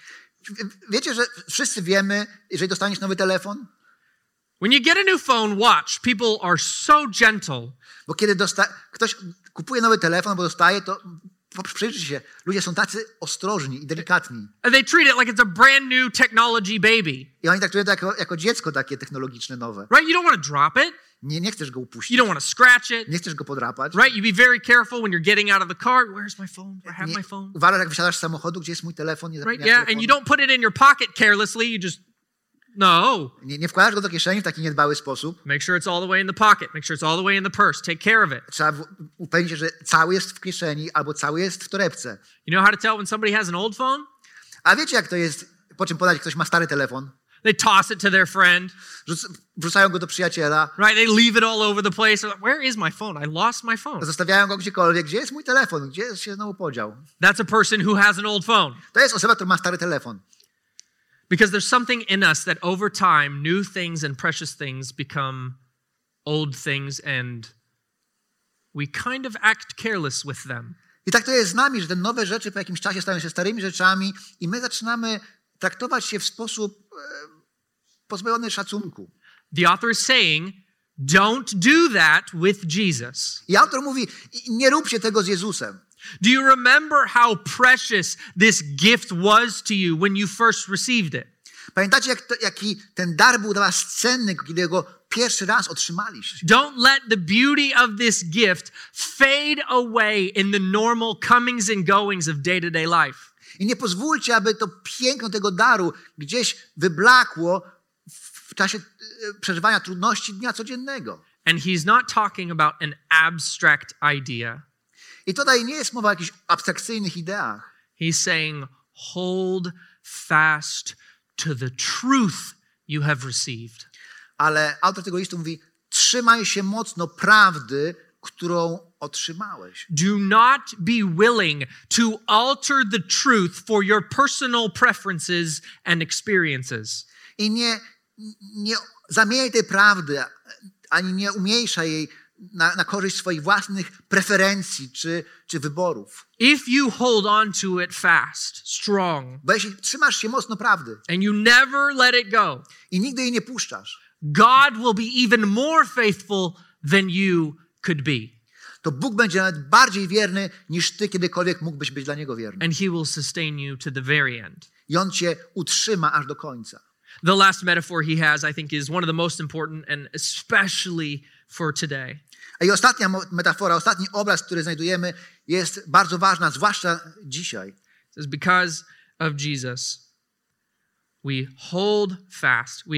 [SPEAKER 3] Wiecie, że wszyscy wiemy, jeżeli dostaniesz nowy telefon,
[SPEAKER 2] When you get a new phone, watch. People are so gentle.
[SPEAKER 3] bo kiedy ktoś kupuje nowy telefon albo dostaje, to przyjrzyj się, ludzie są tacy ostrożni i delikatni.
[SPEAKER 2] And they treat it like it's a brand new technology baby.
[SPEAKER 3] I oni traktują to jako dziecko takie technologiczne nowe.
[SPEAKER 2] Right? You don't want to drop it.
[SPEAKER 3] Nie chcesz go
[SPEAKER 2] You
[SPEAKER 3] upuścić,
[SPEAKER 2] don't want to scratch it.
[SPEAKER 3] nie chcesz go podrapać.
[SPEAKER 2] Right? You be very careful when you're getting out of the car. Where's my phone? Do I have my phone?
[SPEAKER 3] Uważasz, jak wysiadasz z samochodu, gdzie jest mój telefon, nie
[SPEAKER 2] Right?
[SPEAKER 3] zapomniałeś
[SPEAKER 2] Yeah. And
[SPEAKER 3] telefonu.
[SPEAKER 2] you don't put it in your pocket carelessly. You just, no.
[SPEAKER 3] Nie wkładasz go do kieszeni w taki niedbały sposób.
[SPEAKER 2] Make sure it's all the way in the pocket. Make sure it's all the way in the purse. Take care of it.
[SPEAKER 3] Trzeba upewnić się, że cały jest w kieszeni albo cały jest w torebce.
[SPEAKER 2] You know how to tell when somebody has an old phone?
[SPEAKER 3] A wiecie, jak to jest, po czym podać, ktoś ma stary telefon?
[SPEAKER 2] They toss it to their friend.
[SPEAKER 3] Wrzucają go do przyjaciela,
[SPEAKER 2] Right? They leave it all over the place. They're like, where is my phone? I lost my phone.
[SPEAKER 3] zostawiają go gdziekolwiek. Gdzie jest mój telefon? Gdzie się znowu podział?
[SPEAKER 2] That's a person who has an old phone.
[SPEAKER 3] To jest osoba, która ma stary telefon.
[SPEAKER 2] Because there's something in us that over time, new things and precious things become old things and we kind of act careless with them.
[SPEAKER 3] I tak to jest z nami, że te nowe rzeczy po jakimś czasie stają się starymi rzeczami i my zaczynamy traktować się w sposób pozbawiony szacunku.
[SPEAKER 2] The author is saying, don't do that with Jesus.
[SPEAKER 3] I autor mówi, nie róbcie tego z Jezusem.
[SPEAKER 2] Do you remember how precious this gift was to you when you first received it?
[SPEAKER 3] Pamiętacie, jaki ten dar był dla was cenny, kiedy go pierwszy raz otrzymaliście?
[SPEAKER 2] Don't let the beauty of this gift fade away in the normal comings and goings of day-to-day life.
[SPEAKER 3] I nie pozwólcie, aby to piękno tego daru gdzieś wyblakło w w czasie przeżywania trudności dnia codziennego.
[SPEAKER 2] And he's not talking about an abstract idea.
[SPEAKER 3] I tutaj nie jest mowa o jakichś abstrakcyjnych ideach.
[SPEAKER 2] He's saying, hold fast to the truth you have received.
[SPEAKER 3] Ale autor tego listu mówi, trzymaj się mocno prawdy, którą otrzymałeś.
[SPEAKER 2] Do not be willing to alter the truth for your personal preferences and experiences.
[SPEAKER 3] I nie zamieniaj tej prawdy, ani nie umniejszaj jej na korzyść swoich własnych preferencji czy wyborów.
[SPEAKER 2] If you hold on to it fast, strong,
[SPEAKER 3] Bo jeśli trzymasz się mocno prawdy
[SPEAKER 2] and you never let it go,
[SPEAKER 3] i nigdy jej nie puszczasz,
[SPEAKER 2] God will be even more faithful than you could be.
[SPEAKER 3] to Bóg będzie nawet bardziej wierny niż ty kiedykolwiek mógłbyś być dla Niego wierny.
[SPEAKER 2] And he will sustain you to the very end.
[SPEAKER 3] I On cię utrzyma aż do końca.
[SPEAKER 2] The last metaphor he has, I think, is one of the most important, and especially for today.
[SPEAKER 3] I ostatnia metafora, ostatni obraz, który znajdujemy, jest bardzo ważna, zwłaszcza dzisiaj.
[SPEAKER 2] It says, because of Jesus, we hold fast. We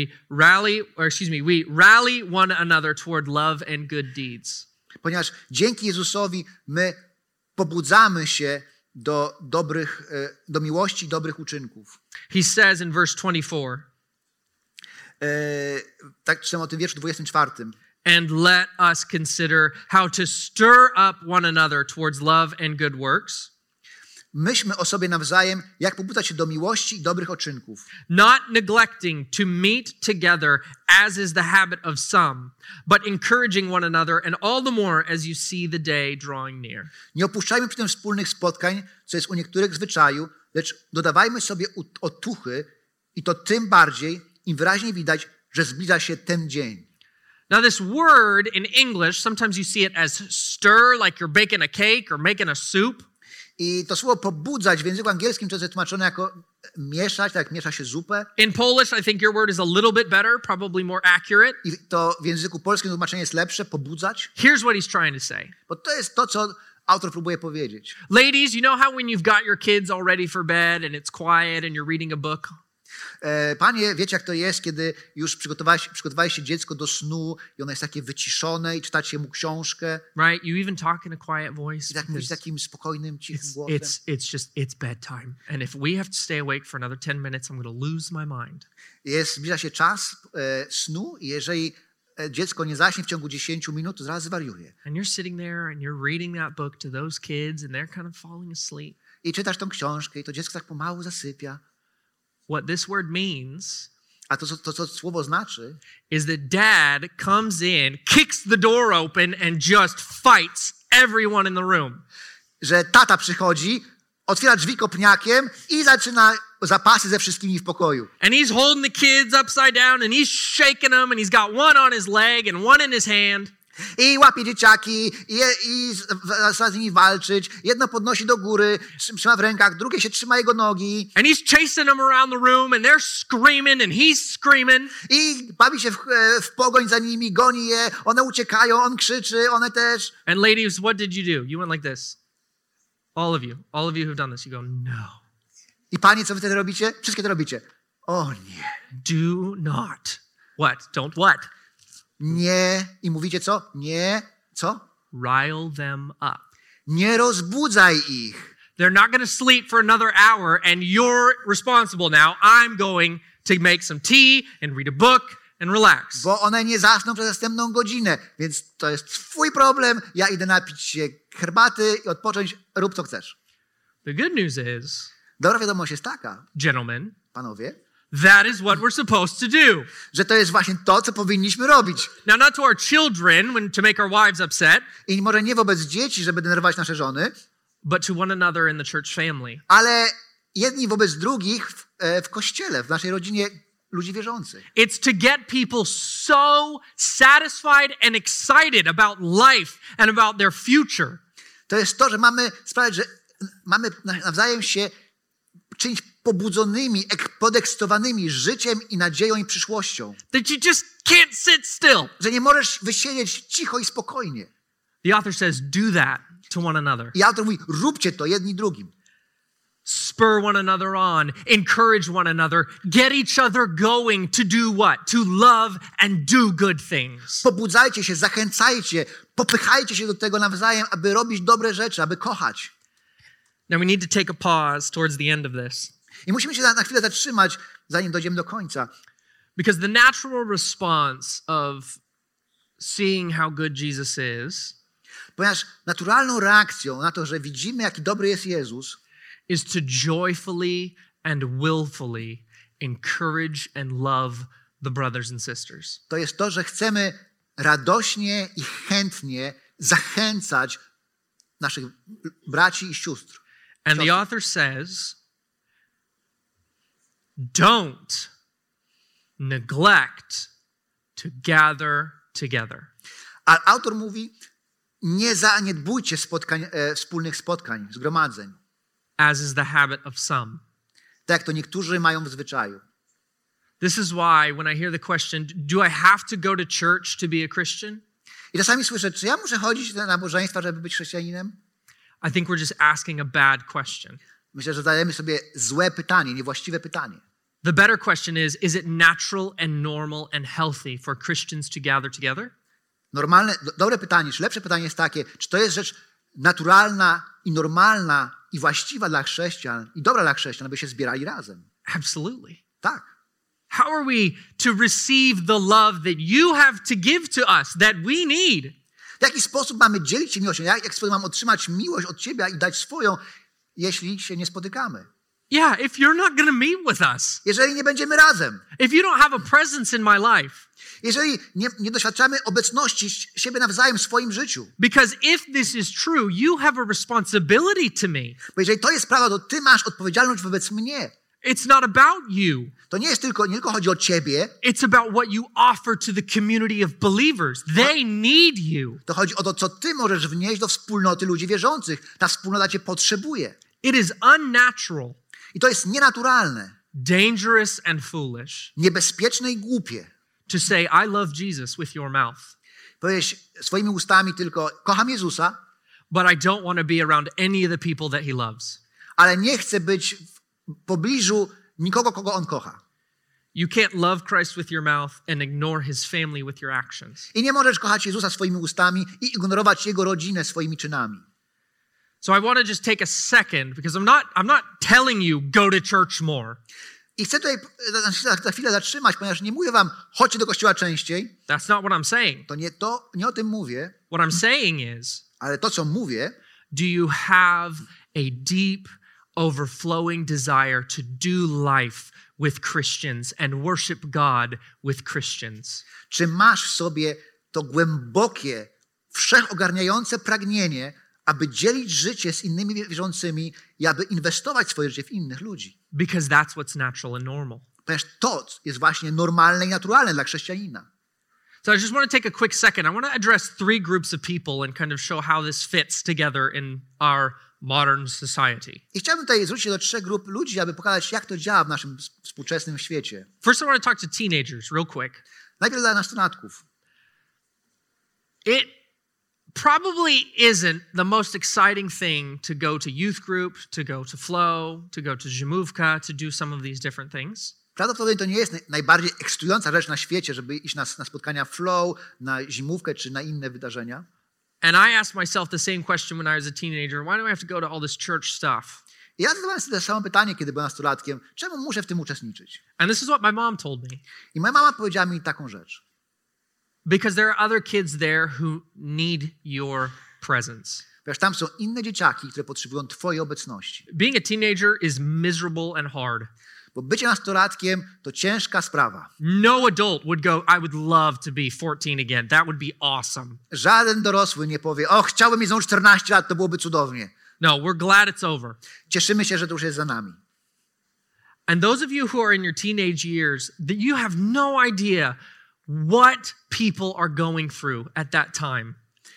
[SPEAKER 2] rally one another toward love and good deeds.
[SPEAKER 3] Ponieważ dzięki Jezusowi my pobudzamy się do miłości i dobrych uczynków.
[SPEAKER 2] He says in verse 24,
[SPEAKER 3] Tak czytam o tym wierszu 24.
[SPEAKER 2] and let us consider how to stir up one another towards love and good works,
[SPEAKER 3] Myślmy o sobie nawzajem, jak pobudzać się do miłości i dobrych uczynków.
[SPEAKER 2] not neglecting to meet together as is the habit of some, but encouraging one another, and all the more as you see the day drawing near.
[SPEAKER 3] Nie opuszczajmy przy tym wspólnych spotkań, co jest u niektórych zwyczaju, lecz dodawajmy sobie otuchy i to tym bardziej, im wyraźniej widać, że zbliża się ten dzień.
[SPEAKER 2] Now, this word in English, sometimes you see it as stir, like you're baking a cake or making a soup.
[SPEAKER 3] I to słowo pobudzać w języku angielskim często jest tłumaczone jako mieszać, tak jak miesza się zupę.
[SPEAKER 2] In Polish, I think your word is a little bit better, probably more accurate.
[SPEAKER 3] I to w języku polskim tłumaczenie jest lepsze, pobudzać.
[SPEAKER 2] Here's what he's trying to say.
[SPEAKER 3] Bo to jest to, co autor próbuje powiedzieć.
[SPEAKER 2] Ladies, you know how when you've got your kids all ready for bed and it's quiet and you're reading a book?
[SPEAKER 3] Panie, wiecie jak to jest, kiedy już przygotowałeś się dziecko do snu i ono jest takie wyciszone i czytacie mu książkę.
[SPEAKER 2] Right? You even talk in a quiet voice.
[SPEAKER 3] I tak mówisz
[SPEAKER 2] because
[SPEAKER 3] takim spokojnym, cichym głosem.
[SPEAKER 2] it's bedtime. And if we have to stay awake for another 10 minutes, I'm going to lose my mind.
[SPEAKER 3] Zbliża się czas snu i jeżeli dziecko nie zaśnie w ciągu 10 minut, to zaraz zwariuje.
[SPEAKER 2] And you're sitting there and you're reading that book to those kids and they're kind of falling asleep.
[SPEAKER 3] I czytasz tą książkę i to dziecko tak pomału zasypia.
[SPEAKER 2] What this word means
[SPEAKER 3] A to, co słowo znaczy,
[SPEAKER 2] is that dad comes in, kicks the door open and just fights everyone in the room.
[SPEAKER 3] że tata przychodzi, otwiera drzwi kopniakiem i zaczyna zapasy ze wszystkimi w pokoju.
[SPEAKER 2] And he's holding the kids upside down and he's shaking them and he's got one on his leg and one in his hand.
[SPEAKER 3] I łapie dzieciaki i zaczyna z nimi walczyć. Jedno podnosi do góry, trzyma w rękach, drugie się trzyma jego nogi.
[SPEAKER 2] And he's chasing them around the room and they're screaming and he's screaming.
[SPEAKER 3] I bawi się w pogoń za nimi, goni je, one uciekają, on krzyczy, one też.
[SPEAKER 2] And ladies, what did you do? You went like this. All of you who've done this, you go, no.
[SPEAKER 3] I panie, co wy wtedy robicie? Wszystkie to robicie. O nie.
[SPEAKER 2] Do not. What? Don't what?
[SPEAKER 3] Nie. I mówicie co? Nie. Co?
[SPEAKER 2] Rile them up.
[SPEAKER 3] Nie rozbudzaj ich.
[SPEAKER 2] They're not going to sleep for another hour and you're responsible now. I'm going to make some tea and read a book and relax.
[SPEAKER 3] Bo one nie zasną przez następną godzinę. Więc to jest twój problem. Ja idę napić się herbaty i odpocząć. Rób co chcesz.
[SPEAKER 2] The good news is,
[SPEAKER 3] Dobra wiadomość jest taka,
[SPEAKER 2] gentlemen,
[SPEAKER 3] panowie,
[SPEAKER 2] that is what we're supposed to do.
[SPEAKER 3] że to jest właśnie to, co powinniśmy robić.
[SPEAKER 2] Now, not to our children to make our wives upset,
[SPEAKER 3] I może nie wobec dzieci, żeby denerwować nasze żony,
[SPEAKER 2] but to one another in the church family.
[SPEAKER 3] ale jedni wobec drugich w kościele, w naszej rodzinie ludzi wierzących.
[SPEAKER 2] It's to get people so satisfied and excited about life and about their future.
[SPEAKER 3] To jest to, że mamy sprawiać, że mamy nawzajem się czynić pobudzonymi, podekscytowanymi życiem i nadzieją i przyszłością.
[SPEAKER 2] That you just can't sit still.
[SPEAKER 3] Że nie możesz wysiedzieć cicho i spokojnie.
[SPEAKER 2] The author says, do that to one another.
[SPEAKER 3] I autor mówi, róbcie to jedni drugim.
[SPEAKER 2] spur one another on, encourage one another, get each other going to do what? To love and do good things.
[SPEAKER 3] Pobudzajcie się, zachęcajcie, popychajcie się do tego nawzajem, aby robić dobre rzeczy, aby kochać.
[SPEAKER 2] Now we need to take a pause towards the end of this.
[SPEAKER 3] I musimy się na chwilę zatrzymać, zanim dojdziemy do końca.
[SPEAKER 2] Because the natural response of seeing how good Jesus is
[SPEAKER 3] Ponieważ naturalną reakcją na to, że widzimy, jaki dobry jest Jezus,
[SPEAKER 2] is to joyfully and willfully encourage and love the brothers and sisters.
[SPEAKER 3] to jest to, że chcemy radośnie i chętnie zachęcać naszych braci i sióstr.
[SPEAKER 2] And the author says, don't neglect to gather together.
[SPEAKER 3] A autor mówi, nie zaniedbujcie wspólnych spotkań, zgromadzeń,
[SPEAKER 2] As is the habit of some.
[SPEAKER 3] tak jak to niektórzy mają w zwyczaju.
[SPEAKER 2] This is why when I hear the question, do I have to go to church to be a Christian?
[SPEAKER 3] I czasami słyszę, czy ja muszę chodzić na nabożeństwa, żeby być chrześcijaninem?
[SPEAKER 2] I think we're just asking a bad question.
[SPEAKER 3] Myślę, że zadajemy sobie złe pytanie, niewłaściwe pytanie.
[SPEAKER 2] The better question is it natural and normal and healthy for Christians to gather together?
[SPEAKER 3] Normalne, dobre pytanie, czy lepsze pytanie jest takie, czy to jest rzecz naturalna i normalna i właściwa dla chrześcijan i dobra dla chrześcijan, aby się zbierali razem?
[SPEAKER 2] Absolutely.
[SPEAKER 3] Tak.
[SPEAKER 2] How are we to receive the love that you have to give to us, that we need?
[SPEAKER 3] W jaki sposób mamy dzielić się miłością? Jak mamy otrzymać miłość od Ciebie i dać swoją, jeśli się nie spotykamy?
[SPEAKER 2] Yeah, if you're not going to meet with us,
[SPEAKER 3] Jeżeli nie będziemy razem,
[SPEAKER 2] if you don't have a presence in my life,
[SPEAKER 3] jeżeli nie doświadczamy obecności siebie nawzajem w swoim życiu,
[SPEAKER 2] because if this is true, you have a responsibility to me.
[SPEAKER 3] bo jeżeli to jest prawda, to Ty masz odpowiedzialność wobec mnie.
[SPEAKER 2] It's not about you.
[SPEAKER 3] To nie tylko chodzi o Ciebie,
[SPEAKER 2] It's about what you offer to the community of believers. They need you.
[SPEAKER 3] to chodzi o to, co Ty możesz wnieść do wspólnoty ludzi wierzących. Ta wspólnota Cię potrzebuje.
[SPEAKER 2] It is unnatural,
[SPEAKER 3] I to jest nienaturalne,
[SPEAKER 2] dangerous and foolish
[SPEAKER 3] niebezpieczne i głupie.
[SPEAKER 2] to say, I love Jesus with your mouth,
[SPEAKER 3] Powiedzieć swoimi ustami tylko, kocham Jezusa,
[SPEAKER 2] but I don't want to be around any of the people that he loves.
[SPEAKER 3] ale nie chcę być w pobliżu nikogo, kogo On kocha.
[SPEAKER 2] You can't love Christ with your mouth and ignore his family with your actions.
[SPEAKER 3] I nie możesz kochać Jezusa swoimi ustami i ignorować Jego rodzinę swoimi czynami.
[SPEAKER 2] So I want to just take a second because I'm not telling you go to church more.
[SPEAKER 3] I chcę tutaj za chwilę zatrzymać, ponieważ nie mówię wam, chodźcie do kościoła częściej.
[SPEAKER 2] That's not what I'm saying.
[SPEAKER 3] To nie o tym mówię,
[SPEAKER 2] What I'm saying is,
[SPEAKER 3] ale to, co mówię,
[SPEAKER 2] do you have a deep, overflowing desire to do life with Christians and worship God with Christians?
[SPEAKER 3] czy masz w sobie to głębokie, wszechogarniające pragnienie, aby dzielić życie z innymi wierzącymi i aby inwestować swoje życie w innych ludzi?
[SPEAKER 2] Because that's what's natural and normal.
[SPEAKER 3] Ponieważ to jest właśnie normalne i naturalne dla chrześcijanina.
[SPEAKER 2] So I just want to take a quick second. I want to address 3 groups of people and kind of show how this fits together in our modern society.
[SPEAKER 3] I chciałbym tutaj zwrócić się do 3 grup ludzi, aby pokazać, jak to działa w naszym współczesnym świecie.
[SPEAKER 2] First, I want to talk to teenagers real quick.
[SPEAKER 3] Najpierw dla nastolatków.
[SPEAKER 2] It probably isn't the most exciting thing to go to youth group, to go to Flow, to go to Zimówka, to do some of these different things.
[SPEAKER 3] Prawdopodobnie to nie jest najbardziej ekscytująca rzecz na świecie, żeby iść na spotkania Flow, na zimówkę czy na inne wydarzenia.
[SPEAKER 2] And I asked myself the same question when I was a teenager. Why do I have to go to all this church stuff?
[SPEAKER 3] I ja zadawałem sobie to samo pytanie, kiedy byłem nastolatkiem. Czemu muszę w tym uczestniczyć?
[SPEAKER 2] And this is what my mom told me.
[SPEAKER 3] I moja mama powiedziała mi taką rzecz.
[SPEAKER 2] Because there are other kids there who need your presence.
[SPEAKER 3] Ponieważ tam są inne dzieciaki, które potrzebują twojej obecności.
[SPEAKER 2] Being a teenager is miserable and hard.
[SPEAKER 3] Bo bycie nastolatkiem to ciężka sprawa.
[SPEAKER 2] No adult would go, I would love to be 14 again. That would be awesome.
[SPEAKER 3] Żaden dorosły nie powie, o, chciałbym mieć znowu 14 lat, to byłoby cudownie.
[SPEAKER 2] No, we're glad it's over.
[SPEAKER 3] Cieszymy się, że to już jest za nami.
[SPEAKER 2] And those of you who are in your teenage years, that you have no idea what people are going through at that time.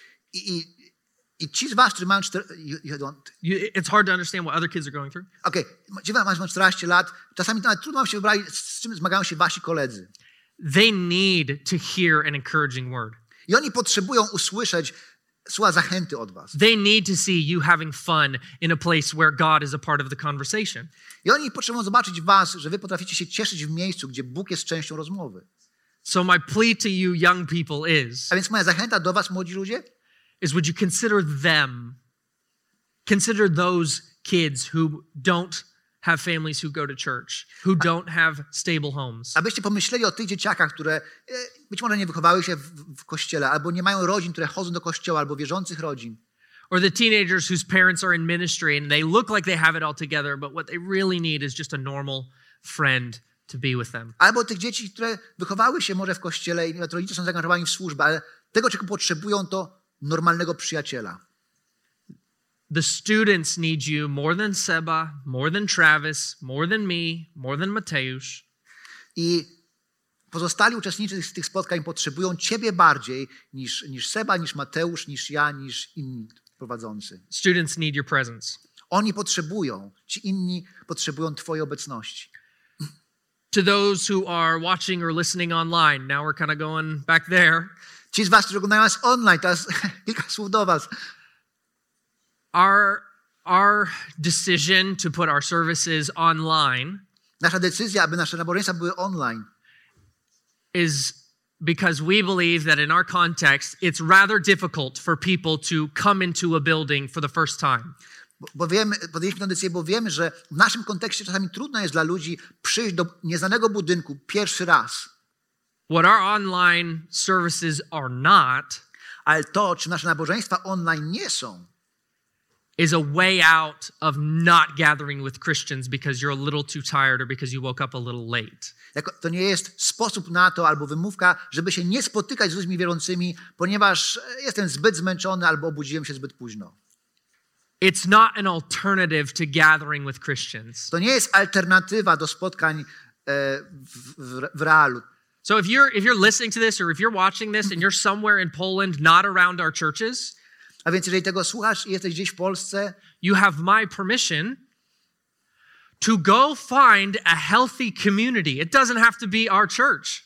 [SPEAKER 3] I ci z was, którzy mają
[SPEAKER 2] It's hard to understand what other kids are going through.
[SPEAKER 3] ci mają 14 lat, czasami nawet trudno się wyobrazić, z czym zmagają się wasi koledzy.
[SPEAKER 2] They need to hear an encouraging word.
[SPEAKER 3] I oni potrzebują usłyszeć słowa zachęty od was.
[SPEAKER 2] They need to see you having fun in a place where God is a part of the conversation.
[SPEAKER 3] I oni potrzebują zobaczyć was, że wy potraficie się cieszyć w miejscu, gdzie Bóg jest częścią rozmowy.
[SPEAKER 2] So my plea to you young people is
[SPEAKER 3] A więc moja zachęta do was, młodzi ludzie,
[SPEAKER 2] would you consider them, consider those kids who don't have families who go to church, who don't have stable homes.
[SPEAKER 3] abyście pomyśleli o tych dzieciakach, które być może nie wychowały się w kościele, albo nie mają rodzin, które chodzą do kościoła, albo wierzących rodzin.
[SPEAKER 2] Or the teenagers whose parents are in ministry and they look like they have it all together, but what they really need is just a normal friend to be with them.
[SPEAKER 3] Albo tych dzieci, które wychowały się może w kościele i rodzice są zaangażowani w służbę, ale tego, czego potrzebują, to normalnego przyjaciela.
[SPEAKER 2] The students need you more than Seba, more than Travis, more than me, more than Mateusz.
[SPEAKER 3] I pozostali uczestnicy tych spotkań potrzebują ciebie bardziej niż Seba, niż Mateusz, niż ja, niż inni prowadzący.
[SPEAKER 2] Students need your presence.
[SPEAKER 3] Oni potrzebują, ci inni potrzebują twojej obecności.
[SPEAKER 2] To those who are watching or listening online, now we're kind of going back there.
[SPEAKER 3] Ci z was, którzy oglądają nas online, teraz kilka słów do was.
[SPEAKER 2] Our decision to put our services online
[SPEAKER 3] Nasza decyzja, aby nasze nabożeństwa były online,
[SPEAKER 2] is because we believe that in our context, it's rather difficult for people to come into a building for the first time.
[SPEAKER 3] bo wiemy, podjęliśmy tę decyzję, bo wiemy, że w naszym kontekście czasami trudno jest dla ludzi przyjść do nieznanego budynku pierwszy raz.
[SPEAKER 2] What our online services are not
[SPEAKER 3] Ale to, czy nasze nabożeństwa online nie są,
[SPEAKER 2] is a way out of not gathering with Christians because you're a little too tired or because you woke up a little late.
[SPEAKER 3] to nie jest sposób na to albo wymówka, żeby się nie spotykać z ludźmi wierzącymi, ponieważ jestem zbyt zmęczony albo obudziłem się zbyt późno.
[SPEAKER 2] It's not an alternative to gathering with Christians.
[SPEAKER 3] To nie jest alternatywa do spotkań w realu.
[SPEAKER 2] So if you're listening to this or if you're watching this and you're somewhere in Poland not around our churches,
[SPEAKER 3] A więc jeżeli tego słuchasz i jesteś gdzieś w Polsce,
[SPEAKER 2] you have my permission to go find a healthy community. It doesn't have to be our church.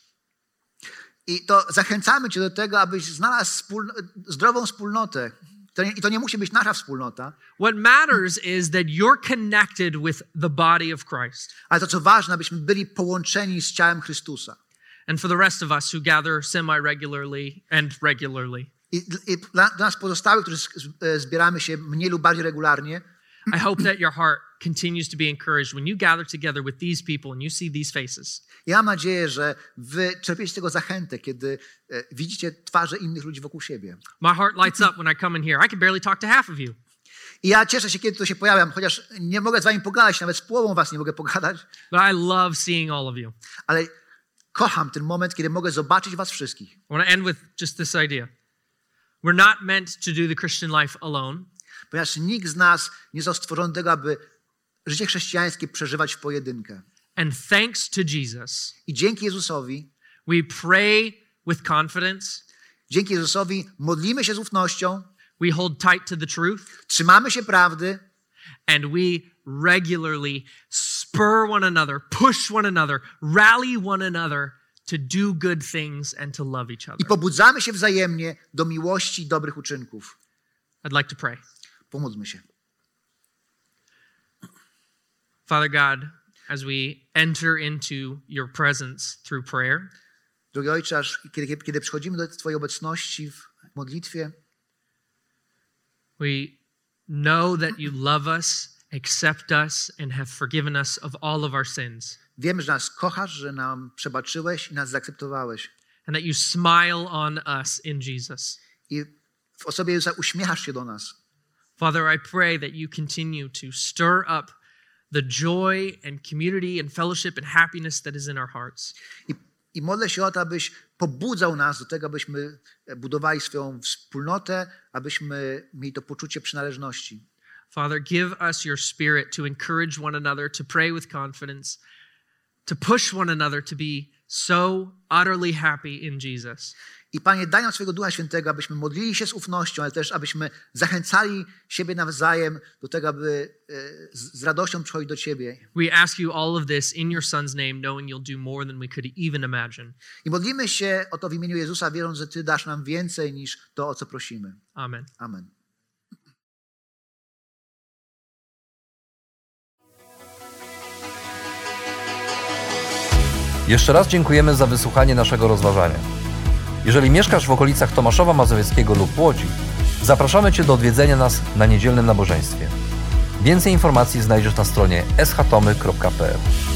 [SPEAKER 3] i to zachęcamy cię do tego, abyś znalazł zdrową wspólnotę. I to nie musi być nasza wspólnota.
[SPEAKER 2] What matters is that you're connected with the body of Christ.
[SPEAKER 3] Ale to, co ważne, abyśmy byli połączeni z ciałem Chrystusa.
[SPEAKER 2] And for the rest of us who gather semi-regularly and regularly,
[SPEAKER 3] I dla nas pozostałych, którzy zbieramy się mniej lub bardziej regularnie,
[SPEAKER 2] I hope that your heart continues to be encouraged when you gather together with these people and you see these faces.
[SPEAKER 3] ja mam nadzieję, że wy czerpiecie z tego zachętę, kiedy widzicie twarze innych ludzi wokół siebie.
[SPEAKER 2] My heart lights up when I come in here. I can barely talk to half of you.
[SPEAKER 3] I ja cieszę się, kiedy tu się pojawiam, chociaż nie mogę z wami pogadać, nawet z połową was nie mogę pogadać,
[SPEAKER 2] But I love seeing all of you.
[SPEAKER 3] ale kocham ten moment, kiedy mogę zobaczyć was wszystkich.
[SPEAKER 2] I want to end with just this idea. We're not meant to do the Christian life alone.
[SPEAKER 3] Ponieważ nikt z nas nie został stworzony do tego, aby życie chrześcijańskie przeżywać w pojedynkę.
[SPEAKER 2] And thanks to Jesus,
[SPEAKER 3] I dzięki Jezusowi,
[SPEAKER 2] we pray with confidence.
[SPEAKER 3] dzięki Jezusowi modlimy się z ufnością,
[SPEAKER 2] We hold tight to the truth.
[SPEAKER 3] trzymamy się prawdy
[SPEAKER 2] And we regularly spur one another, push one another, rally one another to do good things and to love each
[SPEAKER 3] i
[SPEAKER 2] other.
[SPEAKER 3] pobudzamy się wzajemnie do miłości i dobrych uczynków.
[SPEAKER 2] I'd like to pray.
[SPEAKER 3] Pomódlmy się.
[SPEAKER 2] Father God, as we enter into your presence through prayer,
[SPEAKER 3] Drogi Ojcze, kiedy przychodzimy do Twojej obecności w modlitwie,
[SPEAKER 2] we know that you love us, accept us, and have forgiven us of all of our sins.
[SPEAKER 3] wiemy, że nas kochasz, że nam przebaczyłeś i nas zaakceptowałeś.
[SPEAKER 2] And that you smile on us in Jesus.
[SPEAKER 3] I w osobie Jezusa uśmiechasz się do nas.
[SPEAKER 2] Father, I pray that you continue to stir up the joy and community and fellowship and happiness that is in our hearts.
[SPEAKER 3] I modlę się o to, abyś pobudzał nas do tego, abyśmy budowali swoją wspólnotę, abyśmy mieli to poczucie przynależności.
[SPEAKER 2] Father, give us your spirit to encourage one another, to pray with confidence, to push one another to be so utterly happy in Jesus.
[SPEAKER 3] I Panie, daj nam swojego Ducha Świętego, abyśmy modlili się z ufnością, ale też abyśmy zachęcali siebie nawzajem do tego, aby z radością przychodzić do Ciebie.
[SPEAKER 2] We ask you all of this in your Son's name, knowing you'll do more than we could even imagine.
[SPEAKER 3] I modlimy się o to w imieniu Jezusa, wierząc, że Ty dasz nam więcej niż to, o co prosimy.
[SPEAKER 2] Amen.
[SPEAKER 3] Amen.
[SPEAKER 1] Jeszcze raz dziękujemy za wysłuchanie naszego rozważania. Jeżeli mieszkasz w okolicach Tomaszowa Mazowieckiego lub Łodzi, zapraszamy Cię do odwiedzenia nas na niedzielnym nabożeństwie. Więcej informacji znajdziesz na stronie schtomy.pl.